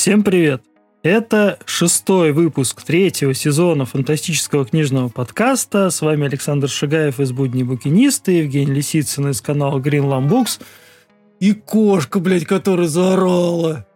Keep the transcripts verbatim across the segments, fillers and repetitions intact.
Всем привет! Это шестой выпуск третьего сезона фантастического книжного подкаста. С вами Александр Шигаев из «Будни букиниста», Евгений Лисицын из канала Greenland Books и кошка, блядь, которая заорала.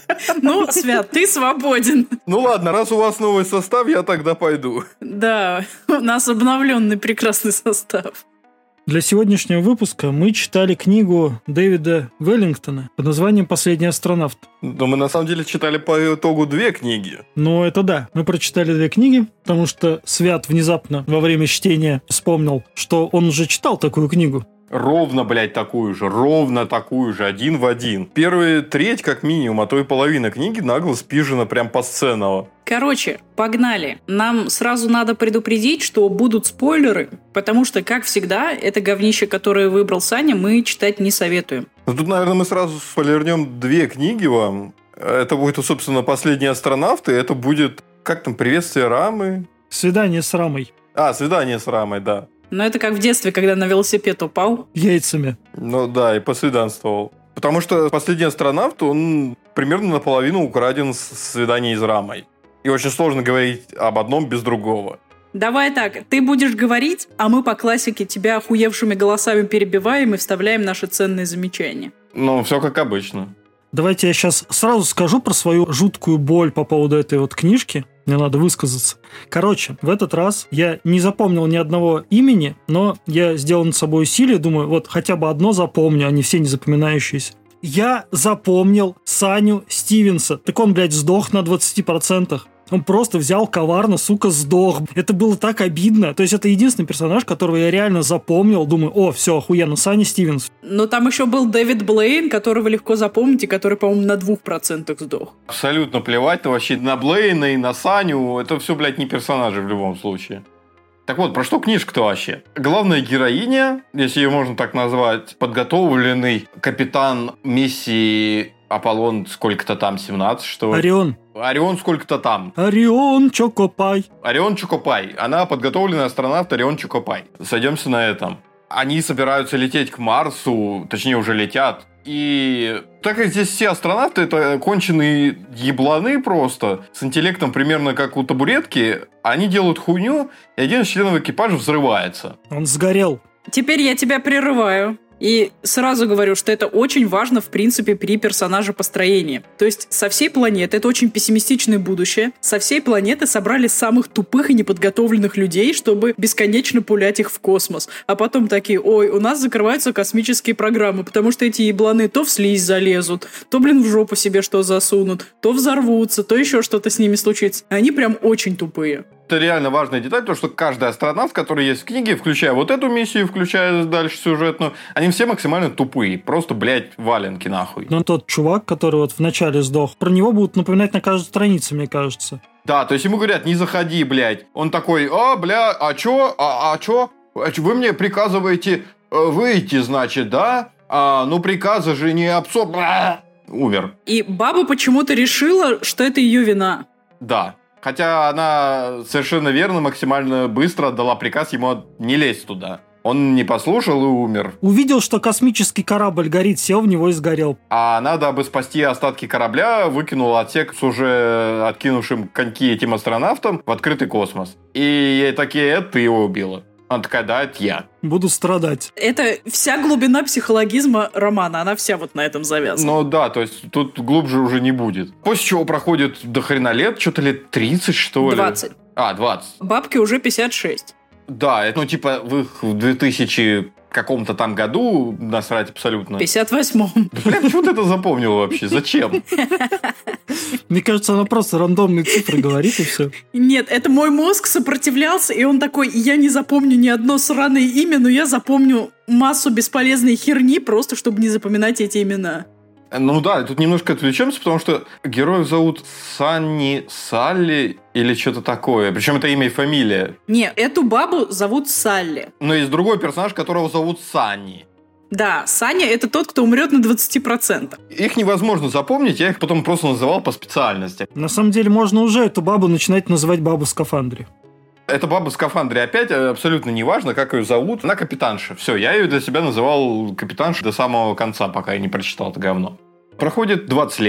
Ну, Свят, ты свободен. Ну ладно, раз у вас новый состав, я тогда пойду. Да, у нас обновленный прекрасный состав. Для сегодняшнего выпуска мы читали книгу Дэвида Веллингтона под названием «Последний астронавт». Но мы на самом деле читали по итогу две книги. Ну, это да. Мы прочитали две книги, потому что Свят внезапно во время чтения вспомнил, что он уже читал такую книгу. Ровно, блядь, такую же, ровно такую же, один в один. Первая треть, как минимум, а то и половина книги нагло спижена прям по сценово. Короче, погнали. Нам сразу надо предупредить, что будут спойлеры, потому что, как всегда, это говнище, которое выбрал Саня, мы читать не советуем. Ну, тут, наверное, мы сразу спойлернем две книги вам. Это будет, собственно, «Последний астронавт», и это будет, как там, «Приветствие Рамы». «Свидание с Рамой». А, «Свидание с Рамой», да. Но это как в детстве, когда на велосипед упал. Яйцами. Ну да, и посвиданствовал. Потому что «Последний астронавт», он примерно наполовину украден с «Свидания с Рамой». И очень сложно говорить об одном без другого. Давай так, ты будешь говорить, а мы по классике тебя охуевшими голосами перебиваем и вставляем наши ценные замечания. Ну, все как обычно. Давайте я сейчас сразу скажу про свою жуткую боль по поводу этой вот книжки. Мне надо высказаться. Короче, в этот раз я не запомнил ни одного имени, но я сделал над собой усилие, думаю, вот хотя бы одно запомню, а не все незапоминающиеся. Я запомнил Саню Стивенса. Так он, блядь, сдох на двадцати процентах. Он просто взял коварно, сука, сдох. Это было так обидно. То есть это единственный персонаж, которого я реально запомнил. Думаю, о, все, охуенно, Саня Стивенс. Но там еще был Дэвид Блейн, которого легко запомнить, и который, по-моему, на двух процентах сдох. Абсолютно плевать-то вообще на Блейна и на Саню. Это все, блядь, не персонажи в любом случае. Так вот, про что книжка-то вообще? Главная героиня, если ее можно так назвать, подготовленный капитан миссии Аполлон сколько-то там, семнадцать, что ли? Орион. Орион сколько-то там. Орион Чокопай. Орион Чокопай. Она подготовленный астронавт Орион Чокопай. Сойдемся на этом. Они собираются лететь к Марсу, точнее уже летят. И так как здесь все астронавты это конченые ебланы просто, с интеллектом примерно как у табуретки, они делают хуйню, и один из членов экипажа взрывается. Он сгорел. Теперь я тебя прерываю. И сразу говорю, что это очень важно, в принципе, при персонажепостроении. То есть со всей планеты, это очень пессимистичное будущее, со всей планеты собрали самых тупых и неподготовленных людей, чтобы бесконечно пулять их в космос. А потом такие, ой, у нас закрываются космические программы, потому что эти ебланы то в слизь залезут, то, блин, в жопу себе что засунут, то взорвутся, то еще что-то с ними случится. Они прям очень тупые. Это реально важная деталь, то что каждый астронавт, который есть в книге, включая вот эту миссию, включая дальше сюжетную, они все максимально тупые. Просто, блядь, валенки нахуй. Но тот чувак, который вот в начале сдох, про него будут напоминать на каждой странице, мне кажется. Да, то есть ему говорят, не заходи, блядь. Он такой, а, бля, а чё, а, а чё? Вы мне приказываете выйти, значит, да? А, ну приказы же не абсо... Умер. И баба почему-то решила, что это ее вина. Да. Хотя она совершенно верно, максимально быстро отдала приказ ему не лезть туда. Он не послушал и умер. Увидел, что космический корабль горит, сел в него и сгорел. А она, дабы спасти остатки корабля, выкинула отсек с уже откинувшим коньки этим астронавтом в открытый космос. И ей такие, это ты его убила. Она такая, да, это я. Буду страдать. Это вся глубина психологизма романа, она вся вот на этом завязана. Ну да, то есть тут глубже уже не будет. После чего проходит до хрена лет, что-то лет тридцать, что ли? двадцать. А, двадцать. Бабке уже пятьдесят шесть. Да, это, ну, типа, в их в двухтысячном каком-то там году насрать абсолютно. пятьдесят восьмом. Да, бля, почему ты это запомнил вообще? Зачем? Мне кажется, она просто рандомные цифры говорит, и все. Нет, это мой мозг сопротивлялся, и он такой, я не запомню ни одно сраное имя, но я запомню массу бесполезной херни, просто чтобы не запоминать эти имена. Ну да, тут немножко отвлечемся, потому что героев зовут Санни, Салли или что-то такое. Причем это имя и фамилия. Не, эту бабу зовут Салли. Но есть другой персонаж, которого зовут Санни. Да, Саня — это тот, кто умрет на двадцати процентах. Их невозможно запомнить, я их потом просто называл по специальности. На самом деле можно уже эту бабу начинать называть бабу в скафандре. Эта баба в скафандре опять абсолютно неважно, как ее зовут. Она капитанша. Все, я ее для себя называл капитаншей до самого конца, пока я не прочитал это говно. Проходит двадцать лет.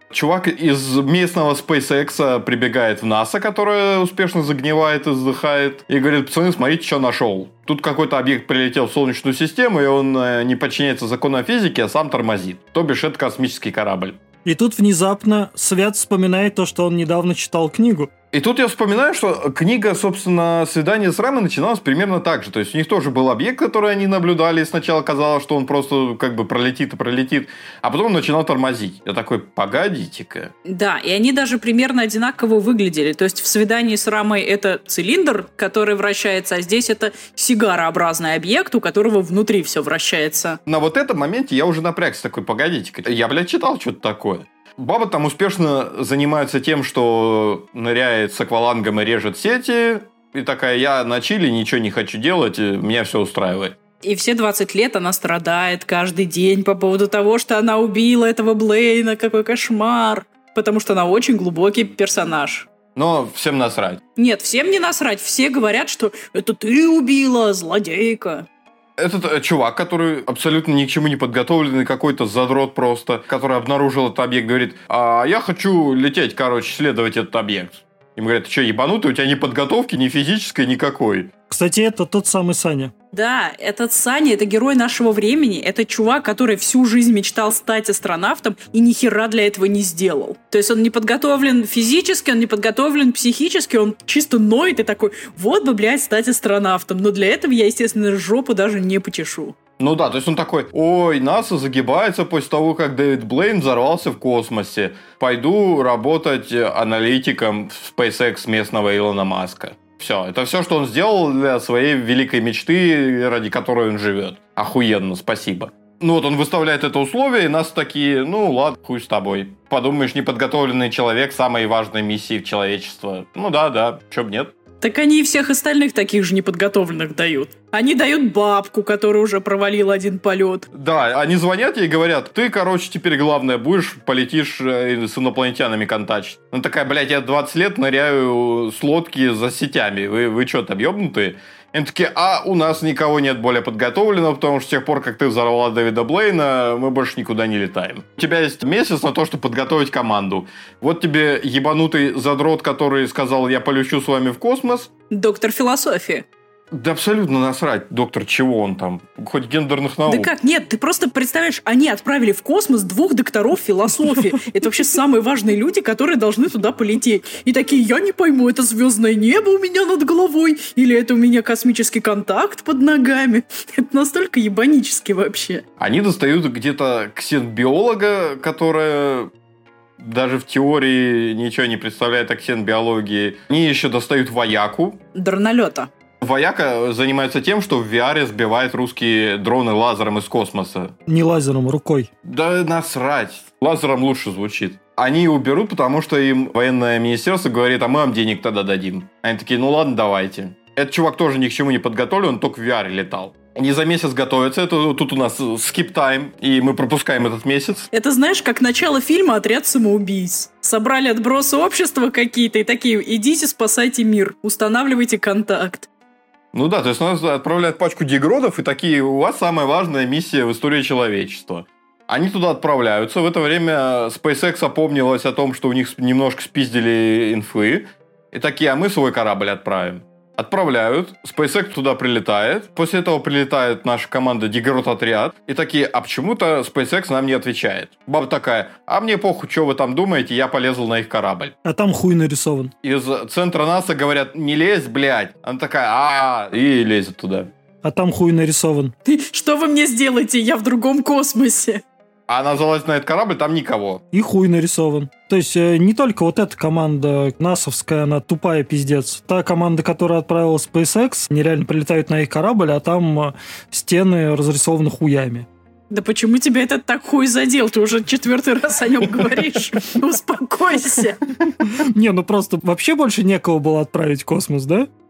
Чувак из местного SpaceX прибегает в НАСА, которая успешно загнивает и сдыхает, и говорит: пацаны, смотрите, что нашел. Тут какой-то объект прилетел в Солнечную систему, и он не подчиняется законам физики, а сам тормозит. То бишь, это космический корабль. И тут внезапно Свят вспоминает то, что он недавно читал книгу. И тут я вспоминаю, что книга, собственно, «Свидание с Рамой» начиналась примерно так же. То есть у них тоже был объект, который они наблюдали, и сначала казалось, что он просто как бы пролетит и пролетит, а потом он начинал тормозить. Я такой: погодите-ка. Да, и они даже примерно одинаково выглядели. То есть в «Свидании с Рамой» это цилиндр, который вращается, а здесь это сигарообразный объект, у которого внутри все вращается. На вот этом моменте я уже напрягся, такой: погодите-ка, я, блядь, читал что-то такое. Баба там успешно занимается тем, что ныряет с аквалангом и режет сети. И такая: я на чили, ничего не хочу делать, меня все устраивает. И все двадцать лет она страдает каждый день по поводу того, что она убила этого Блейна. Какой кошмар. Потому что она очень глубокий персонаж. Но всем насрать. Нет, всем не насрать. Все говорят, что это ты убила, злодейка. Этот э, чувак, который абсолютно ни к чему не подготовленный, какой-то задрот просто, который обнаружил этот объект, говорит: а я хочу лететь, короче, исследовать этот объект. Им говорят: ты что, ебанутый? У тебя ни подготовки, ни физической, никакой. Кстати, это тот самый Саня. Да, этот Саня, это герой нашего времени. Это чувак, который всю жизнь мечтал стать астронавтом и ни хера для этого не сделал. То есть он не подготовлен физически, он не подготовлен психически, он чисто ноет и такой: вот бы, блядь, стать астронавтом. Но для этого я, естественно, жопу даже не почешу. Ну да, то есть он такой: ой, НАСА загибается после того, как Дэвид Блейн взорвался в космосе. Пойду работать аналитиком в SpaceX местного Илона Маска. Все, это все, что он сделал для своей великой мечты, ради которой он живет. Охуенно, спасибо. Ну вот он выставляет это условие, и нас такие: ну ладно, хуй с тобой. Подумаешь, неподготовленный человек самой важной миссии в человечество. Ну да, да, чё б нет. Так они и всех остальных таких же неподготовленных дают. Они дают бабку, которая уже провалила один полет. Да, они звонят ей и говорят: ты, короче, теперь главное будешь, полетишь с инопланетянами контачить. Ну такая: блядь, я двадцать лет ныряю с лодки за сетями. Вы, вы что, там ёбнутые? Они такие: а у нас никого нет более подготовленного, потому что с тех пор, как ты взорвала Дэвида Блейна, мы больше никуда не летаем. У тебя есть месяц на то, чтобы подготовить команду. Вот тебе ебанутый задрот, который сказал: я полечу с вами в космос. Доктор философии. Да абсолютно насрать, доктор чего он там, хоть гендерных наук. Да как, нет, ты просто представляешь, они отправили в космос двух докторов философии. Это вообще самые важные люди, которые должны туда полететь. И такие: я не пойму, это звездное небо у меня над головой, или это у меня космический контакт под ногами. Это настолько ебанически вообще. Они достают где-то ксенбиолога, которая даже в теории ничего не представляет о ксенбиологии. Они еще достают вояку. Дронолета. Вояка занимается тем, что в ви ар сбивает русские дроны лазером из космоса. Не лазером, рукой. Да насрать. Лазером лучше звучит. Они его берут, потому что им военное министерство говорит: а мы вам денег тогда дадим. Они такие: ну ладно, давайте. Этот чувак тоже ни к чему не подготовлен, он только в ви ар летал. Они за месяц готовятся. Это тут у нас skip time, и мы пропускаем этот месяц. Это, знаешь, как начало фильма «Отряд самоубийц». Собрали отбросы общества какие-то и такие: идите, спасайте мир, устанавливайте контакт. Ну да, то есть нас отправляют пачку дегродов и такие: у вас самая важная миссия в истории человечества. Они туда отправляются. В это время SpaceX опомнилась о том, что у них немножко спиздили инфы. И такие: а мы свой корабль отправим. Отправляют. SpaceX туда прилетает. После этого прилетает наша команда Дегрод-отряд. И такие: а почему-то SpaceX нам не отвечает. Баба такая: а мне похуй, что вы там думаете, я полезла на их корабль. А там хуй нарисован. Из центра НАСА говорят: не лезь, блядь. Она такая: а и лезет туда. А там хуй нарисован. Что вы мне сделаете? Я в другом космосе. А она залазит на этот корабль, там никого. И хуй нарисован. То есть э, не только вот эта команда насовская, она тупая пиздец. Та команда, которая отправила SpaceX, нереально прилетают на их корабль, а там э, стены разрисованы хуями. Да почему тебя этот так хуй задел? Ты уже четвертый раз о нем говоришь. Успокойся. Не, ну просто вообще больше некого было отправить в космос, да?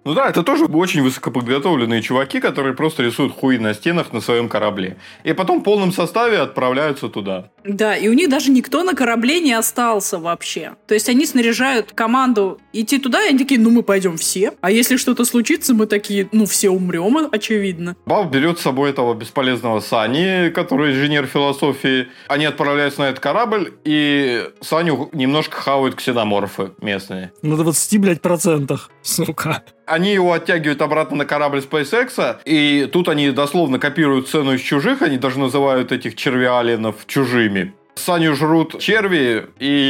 Ну да, это тоже очень высокоподготовленные чуваки, которые просто рисуют хуи на стенах на своем корабле. И потом в полном составе отправляются туда. Да, и у них даже никто на корабле не остался вообще. То есть они снаряжают команду идти туда, и они такие, ну мы пойдем все. А если что-то случится, мы такие, ну все умрем, очевидно. Баф берет с собой этого бесполезного Сани, который инженер философии. Они отправляются на этот корабль, и Саню немножко хавают ксеноморфы местные. На двадцати, блядь, процентах, сука. Они его оттягивают обратно на корабль SpaceX, и тут они дословно копируют сцену из «Чужих», они даже называют этих червиалинов чужими. Саню жрут черви,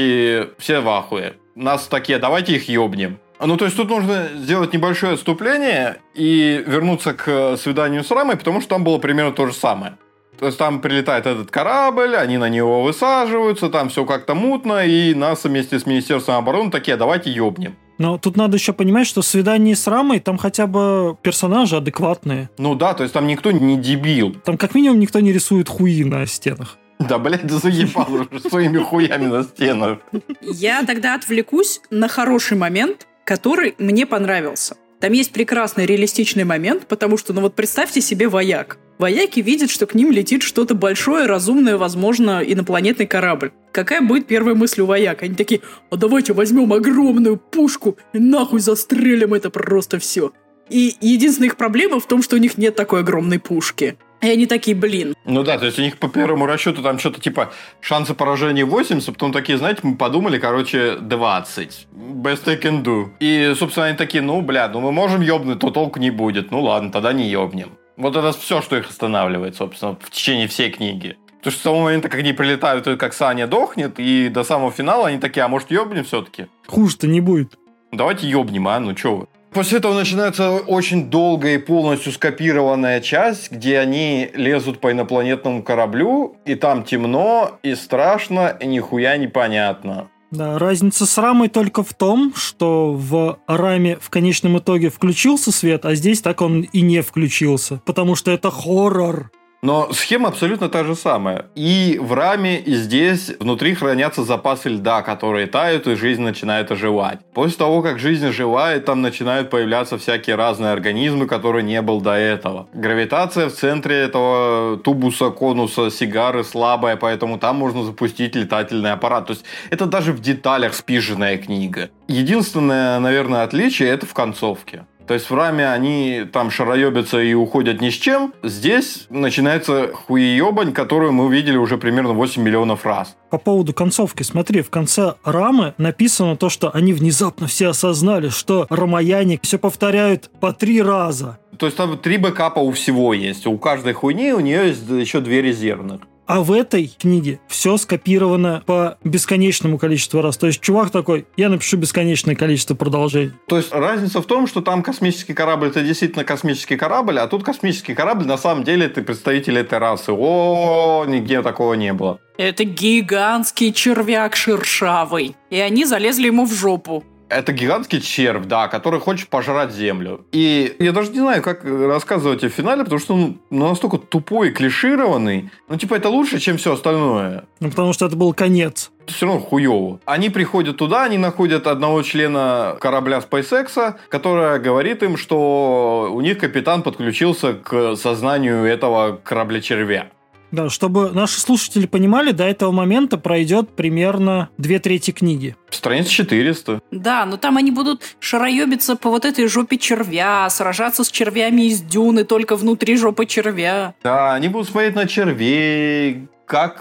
и все в ахуе. Нас такие, давайте их ёбнем. Ну, то есть тут нужно сделать небольшое отступление и вернуться к свиданию с Рамой, потому что там было примерно то же самое. То есть там прилетает этот корабль, они на него высаживаются, там все как-то мутно, и нас вместе с Министерством обороны такие, давайте ёбнем. Но тут надо еще понимать, что в свидании с Рамой там хотя бы персонажи адекватные. Ну да, то есть там никто не дебил. Там как минимум никто не рисует хуи на стенах. Да, блядь, да заебал уже своими хуями на стенах. Я тогда отвлекусь на хороший момент, который мне понравился. Там есть прекрасный реалистичный момент, потому что, ну вот представьте себе вояк. Вояки видят, что к ним летит что-то большое, разумное, возможно, инопланетный корабль. Какая будет первая мысль у вояк? Они такие, а давайте возьмем огромную пушку и нахуй застрелим это просто все. И единственная их проблема в том, что у них нет такой огромной пушки. И они такие, блин. Ну да, то есть у них по первому расчету там что-то типа шансы поражения восемьдесят, потом такие, знаете, мы подумали, короче, двадцать. Best I can do. И, собственно, они такие, ну, бля, ну мы можем ёбнуть, то толку не будет. Ну ладно, тогда не ёбнем. Вот это все, что их останавливает, собственно, в течение всей книги. Потому что с того момента, как они прилетают, и как Саня дохнет, и до самого финала они такие, а может ёбнем все-таки? Хуже-то не будет. Давайте ёбнем, а, ну чё вы. После этого начинается очень долгая и полностью скопированная часть, где они лезут по инопланетному кораблю, и там темно, и страшно, и нихуя непонятно. Да, разница с Рамой только в том, что в Раме в конечном итоге включился свет, а здесь так он и не включился, потому что это хоррор. Но схема абсолютно та же самая. И в Раме, и здесь внутри хранятся запасы льда, которые тают, и жизнь начинает оживать. После того, как жизнь оживает, там начинают появляться всякие разные организмы, которые не был до этого. Гравитация в центре этого тубуса, конуса, сигары слабая, поэтому там можно запустить летательный аппарат. То есть это даже в деталях спиженная книга. Единственное, наверное, отличие – это в концовке. То есть в Раме они там шароебятся и уходят ни с чем. Здесь начинается хуеебань, которую мы увидели уже примерно восемь миллионов раз. По поводу концовки, смотри, в конце Рамы написано то, что они внезапно все осознали, что рамаяне все повторяют по три раза. То есть там три бэкапа у всего есть. У каждой хуйни у нее есть еще две резервных. А в этой книге все скопировано по бесконечному количеству раз. То есть чувак такой, я напишу бесконечное количество продолжений. То есть разница в том, что там космический корабль – это действительно космический корабль, а тут космический корабль на самом деле это представитель этой расы. О, нигде такого не было. Это гигантский червяк шершавый. И они залезли ему в жопу. Это гигантский червь, да, который хочет пожрать землю. И я даже не знаю, как рассказывать о финале, потому что он настолько тупой и клишированный. Ну, типа, это лучше, чем все остальное. Ну, потому что это был конец. Все равно хуёво. Они приходят туда, они находят одного члена корабля SpaceX, который говорит им, что у них капитан подключился к сознанию этого корабля-червя. Да, чтобы наши слушатели понимали, до этого момента пройдет примерно две трети книги. Страниц четыреста. Да, но там они будут шароебиться по вот этой жопе червя, сражаться с червями из дюны только внутри жопы червя. Да, они будут смотреть на червей, как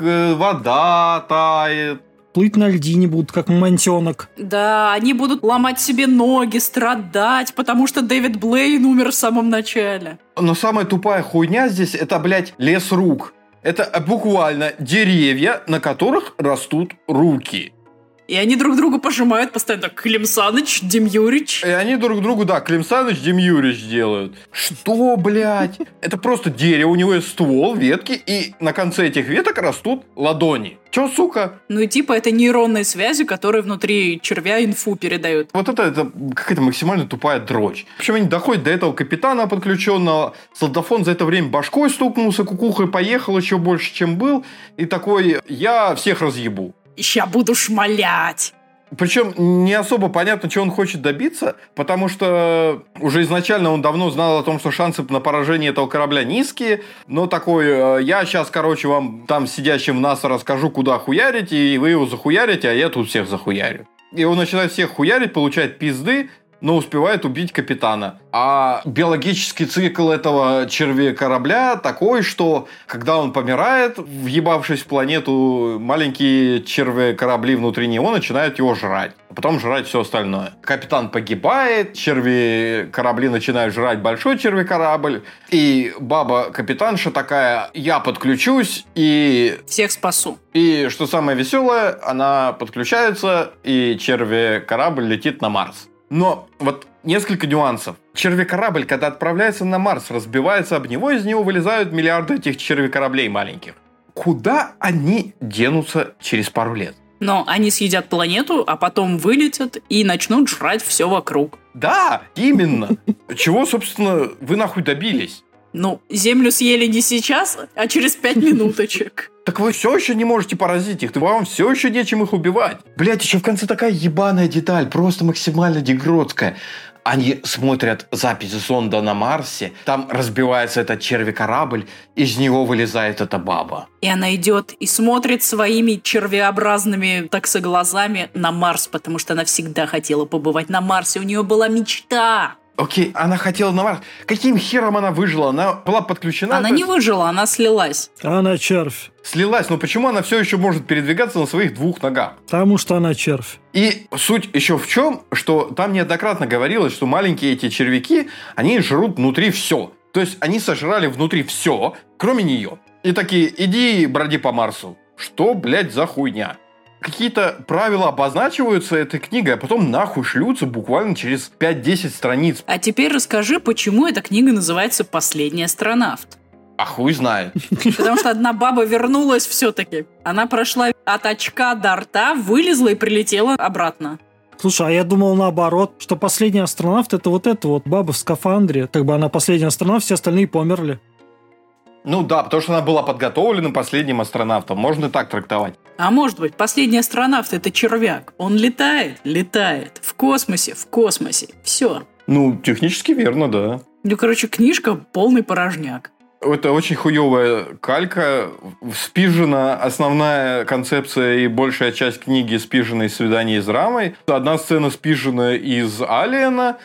вода тает. Плыть на льдине будут, как мамонтенок. Да, они будут ломать себе ноги, страдать, потому что Дэвид Блейн умер в самом начале. Но самая тупая хуйня здесь, это, блядь, лес рук. Это буквально деревья, на которых растут руки. И они друг другу пожимают постоянно. Клим Саныч, Дим Юрич. И они друг другу, да, Клим Саныч, Дим Юрич делают. Что, блядь? Это просто дерево, у него есть ствол, ветки, и на конце этих веток растут ладони. Чё, сука? Ну и типа это нейронные связи, которые внутри червя инфу передают. Вот это, это какая-то максимально тупая дрочь. Причем они доходят до этого капитана подключенного. Солдафон за это время башкой стукнулся, кукухой поехал еще больше, чем был. И такой, я всех разъебу. Ща буду шмалять. Причем не особо понятно, чего он хочет добиться, потому что уже изначально он давно знал о том, что шансы на поражение этого корабля низкие, но такой, я сейчас, короче, вам там сидящим в НАСА расскажу, куда хуярить, и вы его захуярите, а я тут всех захуярю. И он начинает всех хуярить, получает пизды, но успевает убить капитана. А биологический цикл этого черви-корабля такой, что когда он помирает, въебавшись в планету, маленькие черви-корабли внутри него начинают его жрать. А потом жрать все остальное. Капитан погибает, черви-корабли начинают жрать большой черви-корабль, и баба-капитанша такая, я подключусь и... Всех спасу. И что самое веселое, она подключается, и черви-корабль летит на Марс. Но вот несколько нюансов. Черви-корабль, когда отправляется на Марс, разбивается об него, из него вылезают миллиарды этих черви-кораблей маленьких. Куда они денутся через пару лет? Но они съедят планету, а потом вылетят и начнут жрать все вокруг. Да, именно. Чего, собственно, вы нахуй добились? Ну, Землю съели не сейчас, а через пять минуточек. Так вы все еще не можете поразить их, вам все еще нечем их убивать. Блять, еще в конце такая ебаная деталь, просто максимально дегродская. Они смотрят запись зонда на Марсе, там разбивается этот черви-корабль, из него вылезает эта баба. И она идет и смотрит своими червеобразными таксоглазами на Марс, потому что она всегда хотела побывать на Марсе, у нее была мечта. Окей, она хотела на Марс. Каким хером она выжила? Она была подключена? Она не выжила, она слилась. Она червь. Слилась, но почему она все еще может передвигаться на своих двух ногах? Потому что она червь. И суть еще в чем, что там неоднократно говорилось, что маленькие эти червяки, они жрут внутри все. То есть они сожрали внутри все, кроме нее. И такие, иди броди по Марсу. Что, блядь, за хуйня? Какие-то правила обозначиваются этой книгой, а потом нахуй шлются буквально через пять-десять страниц. А теперь расскажи, почему эта книга называется «Последний астронавт». А хуй знает. Потому что одна баба вернулась все-таки. Она прошла от очка до рта, вылезла и прилетела обратно. Слушай, а я думал наоборот, что последний астронавт — это вот эта вот баба в скафандре. Как бы она последний астронавт, все остальные померли. Ну да, потому что она была подготовлена последним астронавтом. Можно и так трактовать. А может быть, последний астронавт — это червяк. Он летает, летает. В космосе, в космосе. Все. Ну, технически верно, да. Ну, короче, книжка полный порожняк. Это очень хуевая калька. Спижена основная концепция и большая часть книги спижена из «Свидания с Рамой». Одна сцена спижена из «Алиена».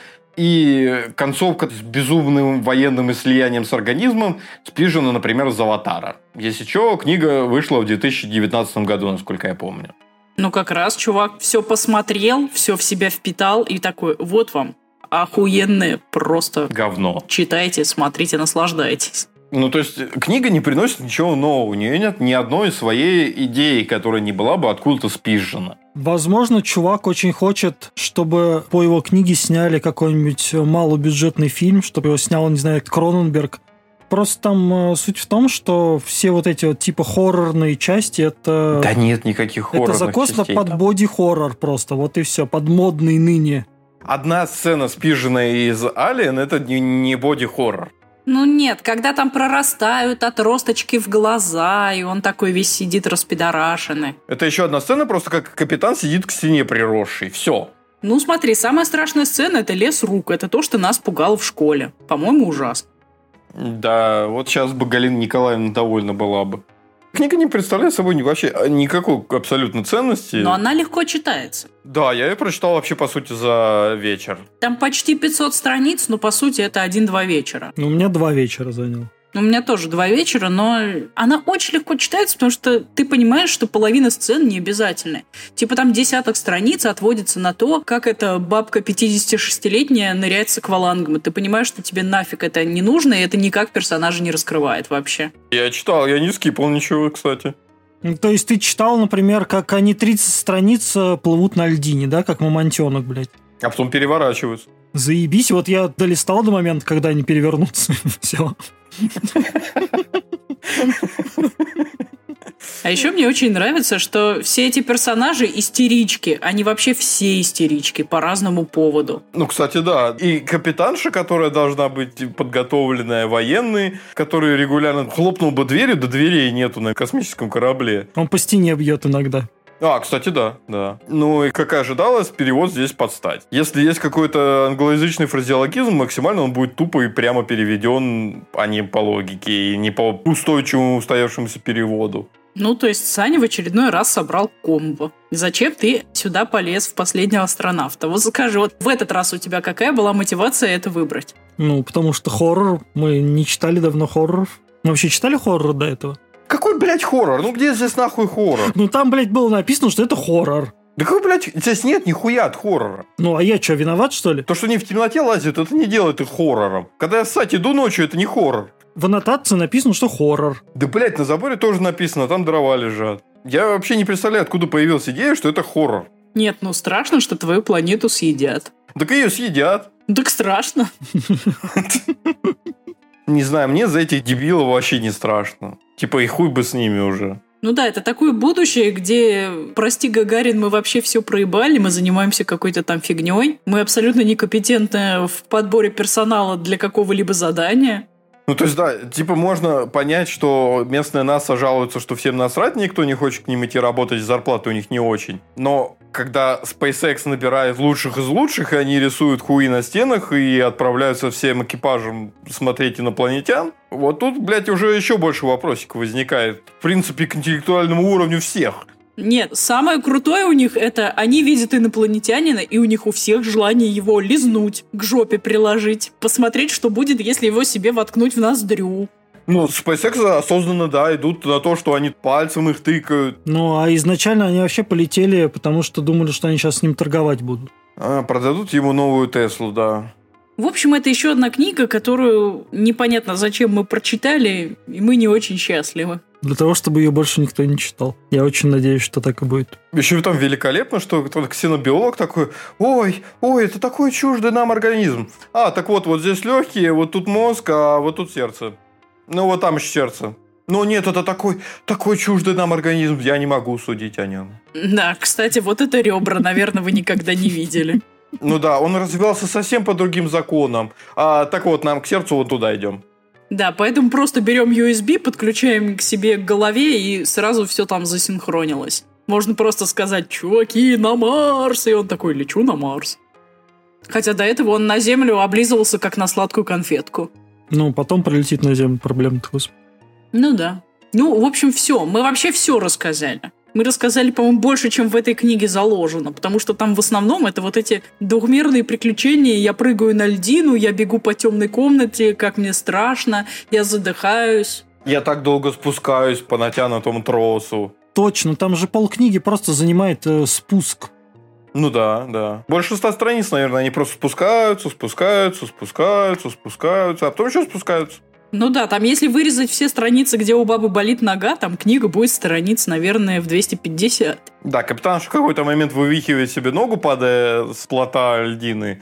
И концовка с безумным военным слиянием с организмом спижена, например, из «Аватара». Если что, книга вышла в две тысячи девятнадцатом году, насколько я помню. Ну, как раз чувак все посмотрел, все в себя впитал и такой, вот вам, охуенное просто... Говно. Читайте, смотрите, наслаждайтесь. Ну, то есть, книга не приносит ничего нового. У нее нет ни одной своей идеи, которая не была бы откуда-то спижена. Возможно, чувак очень хочет, чтобы по его книге сняли какой-нибудь малобюджетный фильм, чтобы его снял, не знаю, Кроненберг. Просто там э, суть в том, что все вот эти вот типа хоррорные части, это... Да нет никаких хоррорных Это закос частей под там. боди-хоррор просто, вот и все, под модный ныне. Одна сцена, спиженная из «Алиен», это не, не боди-хоррор. Ну нет, когда там прорастают отросточки в глаза, и он такой весь сидит распидорашенный. Это еще одна сцена, просто как капитан сидит к стене приросший. Все. Ну смотри, самая страшная сцена — это лес рук. Это то, что нас пугало в школе. По-моему, ужасно. Да, вот сейчас бы Галина Николаевна довольна была бы. Книга не представляет собой вообще никакой абсолютно ценности. Но она легко читается. Да, я ее прочитал вообще, по сути, за вечер. Там почти пятьсот страниц, но, по сути, это один-два вечера. Ну, у меня два вечера занял. У меня тоже два вечера, но она очень легко читается, потому что ты понимаешь, что половина сцен не обязательны. Типа там десяток страниц отводится на то, как эта бабка пятидесятишестилетняя ныряет с аквалангом. И ты понимаешь, что тебе нафиг это не нужно, и это никак персонажа не раскрывает вообще. Я читал, я не скипал ничего, кстати. Ну, то есть ты читал, например, как они тридцать страниц плывут на льдине, да, как мамонтенок, блядь. А потом переворачиваются. Заебись, вот я долистал до момента, когда они перевернутся. Все. А еще мне очень нравится, что все эти персонажи истерички, они вообще все истерички по разному поводу. Ну, кстати, да. И капитанша, которая должна быть подготовленная, военный, который регулярно хлопнул бы дверью, да дверей нету на космическом корабле. Он по стене бьет иногда. А, кстати, да, да. Ну и, как и ожидалось, перевод здесь под стать. Если есть какой-то англоязычный фразеологизм, максимально он будет тупо и прямо переведен, а не по логике, и не по устойчивому устоявшемуся переводу. Ну, то есть Саня в очередной раз собрал комбо. Зачем ты сюда полез в последнего астронавта? Вот скажи, вот в этот раз у тебя какая была мотивация это выбрать? Ну, потому что хоррор. Мы не читали давно хорроров. Мы вообще читали хоррор до этого? Какой, блядь, хоррор? Ну где здесь нахуй хоррор? Ну, там, блядь, было написано, что это хоррор. Да какой, блядь, здесь нет нихуя от хоррора. Ну, а я что, виноват, что ли? То, что они в темноте лазят, это не делает их хоррором. Когда я ссать иду ночью, это не хоррор. В аннотации написано, что хоррор. Да, блядь, на заборе тоже написано, там дрова лежат. Я вообще не представляю, откуда появилась идея, что это хоррор. Нет, ну страшно, что твою планету съедят. Так ее съедят. Так страшно. Не знаю, мне за этих дебилов вообще не страшно. Типа, и хуй бы с ними уже. Ну да, это такое будущее, где, прости, Гагарин, мы вообще все проебали, мы занимаемся какой-то там фигней, мы абсолютно некомпетентны в подборе персонала для какого-либо задания. Ну, то есть, да, типа, можно понять, что местная НАСА жалуется, что всем насрать, никто не хочет к ним идти работать, зарплаты у них не очень. Но когда SpaceX набирает лучших из лучших, и они рисуют хуи на стенах и отправляются всем экипажем смотреть инопланетян, вот тут, блядь, уже еще больше вопросиков возникает. В принципе, к интеллектуальному уровню всех. Нет, самое крутое у них это они видят инопланетянина, и у них у всех желание его лизнуть, к жопе приложить, посмотреть, что будет, если его себе воткнуть в ноздрю. Ну, SpaceX осознанно, да, идут на то, что они пальцем их тыкают. Ну, а изначально они вообще полетели, потому что думали, что они сейчас с ним торговать будут. А, продадут ему новую Теслу, да. В общем, это еще одна книга, которую непонятно зачем мы прочитали, и мы не очень счастливы. Для того, чтобы ее больше никто не читал. Я очень надеюсь, что так и будет. Еще там великолепно, что тот ксенобиолог такой: ой, ой, это такой чуждый нам организм. А, так вот, вот здесь легкие, вот тут мозг, а вот тут сердце. Ну, вот там еще сердце. Ну, нет, это такой, такой чуждый нам организм, я не могу судить о нем. Да, кстати, вот это ребра, наверное, вы никогда не видели. Ну да, он развивался совсем по другим законам. А, так вот, нам к сердцу вот туда идем. Да, поэтому просто берем ю эс би, подключаем к себе к голове, и сразу все там засинхронилось. Можно просто сказать: чуваки, на Марс! И он такой: лечу на Марс. Хотя до этого он на Землю облизывался, как на сладкую конфетку. Ну, потом прилетит на Землю, проблем-то, господи. Ну да. Ну, в общем, все. Мы вообще все рассказали. Мы рассказали, по-моему, больше, чем в этой книге заложено, потому что там в основном это вот эти двухмерные приключения. Я прыгаю на льдину, я бегу по темной комнате, как мне страшно, я задыхаюсь. Я так долго спускаюсь по натянутому тросу. Точно, там же полкниги просто занимает э, спуск. Ну да, да. Больше ста страниц, наверное, они просто спускаются, спускаются, спускаются, спускаются, а потом еще спускаются. Ну да, там если вырезать все страницы, где у бабы болит нога, там книга будет страниц, наверное, в двести пятьдесят. Да, капитан в какой-то момент вывихивает себе ногу, падая с плота льдины,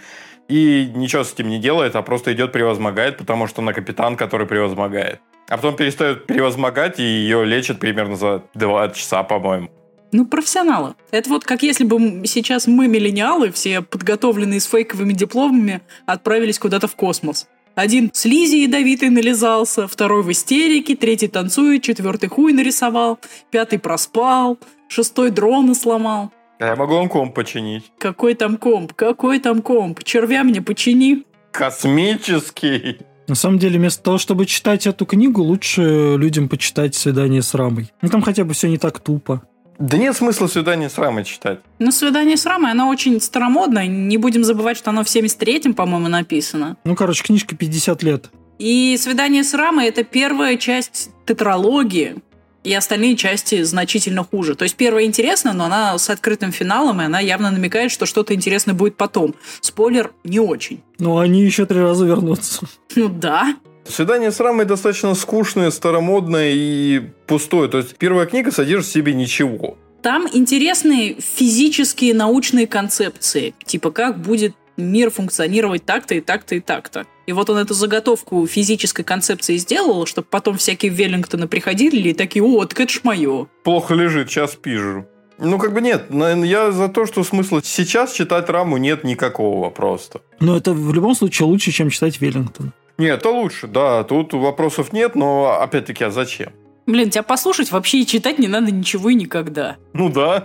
и ничего с этим не делает, а просто идет превозмогает, потому что она капитан, который превозмогает. А потом перестает превозмогать, и ее лечат примерно за два часа, по-моему. Ну, профессионалы. Это вот как если бы сейчас мы, миллениалы, все подготовленные с фейковыми дипломами, отправились куда-то в космос. Один слизи ядовитый нализался, второй в истерике, третий танцует, четвертый хуй нарисовал, пятый проспал, шестой дрона сломал. Я могу вам комп починить. Какой там комп? Какой там комп? Червя мне почини. Космический. На самом деле, вместо того, чтобы читать эту книгу, лучше людям почитать «Свидание с Рамой». Ну, там хотя бы все не так тупо. Да нет смысла «Свидание с Рамой» читать. Ну, «Свидание с Рамой», оно очень старомодное. Не будем забывать, что оно в семьдесят третьем, по-моему, написано. Ну, короче, книжка пятьдесят лет. И «Свидание с Рамой» — это первая часть тетралогии, и остальные части значительно хуже. То есть первая интересна, но она с открытым финалом, и она явно намекает, что что-то интересное будет потом. Спойлер, не очень. Ну, они еще три раза вернутся. Ну да. «Свидание с Рамой» достаточно скучное, старомодное и пустое. То есть первая книга содержит в себе ничего. Там интересные физические научные концепции. Типа, как будет мир функционировать так-то и так-то и так-то. И вот он эту заготовку физической концепции сделал, чтобы потом всякие Веллингтоны приходили и такие: о, так это ж мое. Плохо лежит, сейчас пижу. Ну, как бы нет. Я за то, что смысла сейчас читать Раму нет никакого просто. Но это в любом случае лучше, чем читать Веллингтон. Нет, это лучше, да. Тут вопросов нет, но опять-таки, а зачем? Блин, тебя послушать вообще и читать не надо ничего и никогда. Ну да.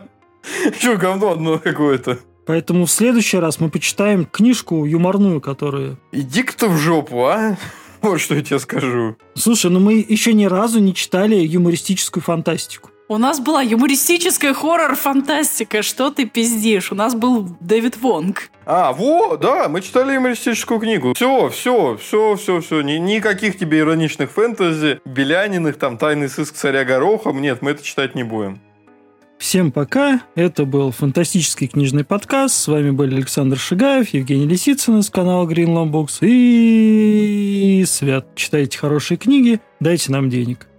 Что, говно одно какое-то. Поэтому в следующий раз мы почитаем книжку юморную, которую... Иди-ка ты в жопу, а? Вот что я тебе скажу. Слушай, ну мы еще ни разу не читали юмористическую фантастику. У нас была юмористическая хоррор-фантастика. Что ты пиздишь? У нас был Дэвид Вонг. А, во, да, мы читали юмористическую книгу. Все, все, все, все, все. Ни, никаких тебе ироничных фэнтези, Беляниных, там, «Тайный сыск царя Горохом». Нет, мы это читать не будем. Всем пока. Это был фантастический книжный подкаст. С вами были Александр Шигаев, Евгений Лисицын из канала Greenland Books и Свят. Читайте хорошие книги, дайте нам денег.